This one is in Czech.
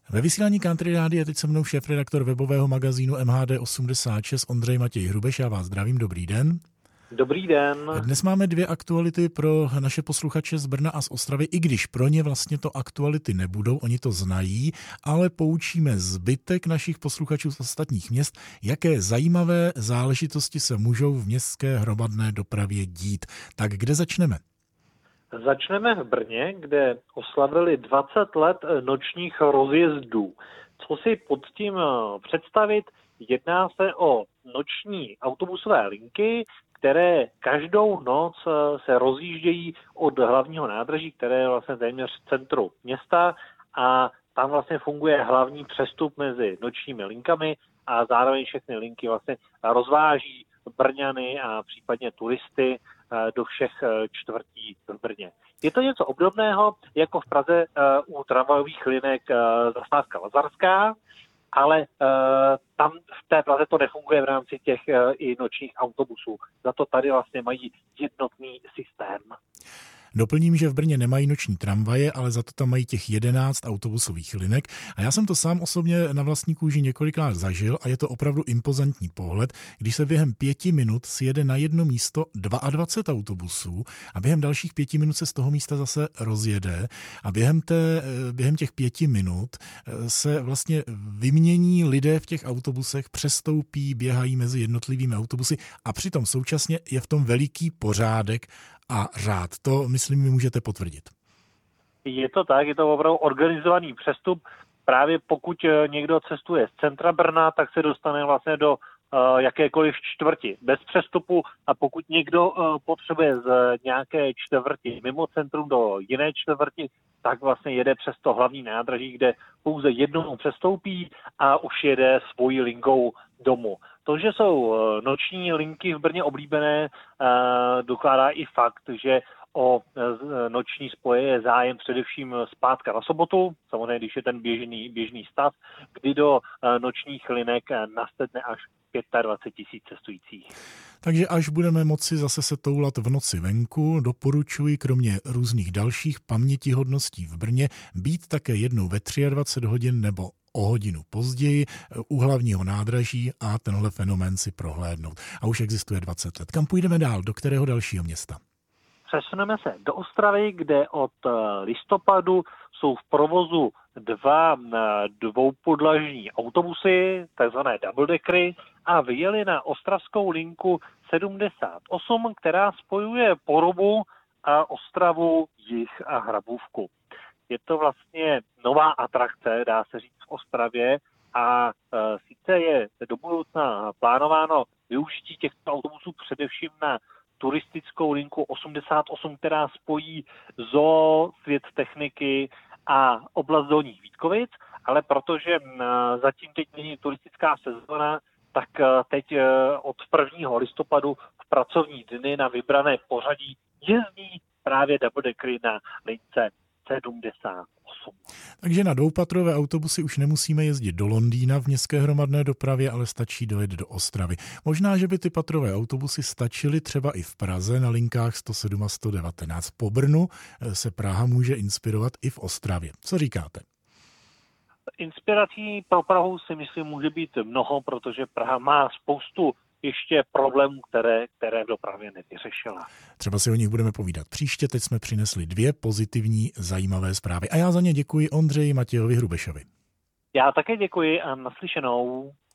Ve vysílání Country Rádia je teď se mnou šéfredaktor webového magazínu MHD86 Ondřej Matěj Hrubeš. Já vás zdravím, dobrý den. Dobrý den. Dnes máme dvě aktuality pro naše posluchače z Brna a z Ostravy, i když pro ně vlastně to aktuality nebudou, oni to znají, ale poučíme zbytek našich posluchačů z ostatních měst, jaké zajímavé záležitosti se můžou v městské hromadné dopravě dít. Tak kde začneme? Začneme v Brně, kde oslavili 20 let nočních rozjezdů. Co si pod tím představit? Jedná se o noční autobusové linky, které každou noc se rozjíždějí od hlavního nádraží, které je vlastně téměř v centru města, a tam vlastně funguje hlavní přestup mezi nočními linkami a zároveň všechny linky vlastně rozváží Brňany a případně turisty do všech čtvrtí v Brně. Je to něco obdobného jako v Praze u tramvajových linek zastávka Lazarská, ale tam v té Praze to nefunguje v rámci těch i nočních autobusů. Za to tady vlastně mají jednotný systém. Doplním, že v Brně nemají noční tramvaje, ale za to tam mají těch 11 autobusových linek. A já jsem to sám osobně na vlastní kůži několikrát zažil a je to opravdu impozantní pohled, když se během 5 minut sjede na jedno místo 22 autobusů a během dalších 5 minut se z toho místa zase rozjede a během těch 5 minut se vlastně vymění lidé v těch autobusech, přestoupí, běhají mezi jednotlivými autobusy a přitom současně je v tom veliký pořádek a řád. To, myslím, mi můžete potvrdit. Je to tak, je to opravdu organizovaný přestup. Právě pokud někdo cestuje z centra Brna, tak se dostane vlastně do jakékoliv čtvrti bez přestupu, a pokud někdo potřebuje z nějaké čtvrti mimo centrum do jiné čtvrti, tak vlastně jede přes to hlavní nádraží, kde pouze jednou přestoupí a už jede svojí linkou domů. To, že jsou noční linky v Brně oblíbené, dokládá i fakt, že o noční spoje je zájem především zpátka na sobotu, samozřejmě když je ten běžný stav, kdy do nočních linek nasedne až 25 000 cestujících. Takže až budeme moci zase se toulat v noci venku, doporučuji kromě různých dalších pamětihodností v Brně být také jednou ve 23 hodin nebo o hodinu později u hlavního nádraží a tenhle fenomén si prohlédnout. A už existuje 20 let. Kam půjdeme dál? Do kterého dalšího města? Přesuneme se do Ostravy, kde od listopadu jsou v provozu dva dvoupodlažní autobusy, takzvané double deckery, a vyjeli na ostravskou linku 78, která spojuje Porubu a Ostravu, Jih a Hrabůvku. Je to vlastně nová atrakce, dá se říct, v Ostravě, a sice je do budoucna plánováno využití těchto autobusů především na turistickou linku 88, která spojí zoo, svět techniky a oblast Dolních Vítkovic, ale protože zatím teď není turistická sezóna, tak teď od 1. listopadu v pracovní dny na vybrané pořadí jezdí právě double deckery na lince 78. Takže na dvoupatrové autobusy už nemusíme jezdit do Londýna v městské hromadné dopravě, ale stačí dojet do Ostravy. Možná, že by ty patrové autobusy stačily třeba i v Praze na linkách 107 a 119. Po Brnu se Praha může inspirovat i v Ostravě. Co říkáte? Inspirací pro Prahu si myslím může být mnoho, protože Praha má spoustu ještě problémů, které v dopravě nevyřešila. Třeba si o nich budeme povídat příště. Teď jsme přinesli 2 pozitivní zajímavé zprávy. A já za ně děkuji Ondřeji Matějovi Hrubešovi. Já také děkuji a naslyšenou.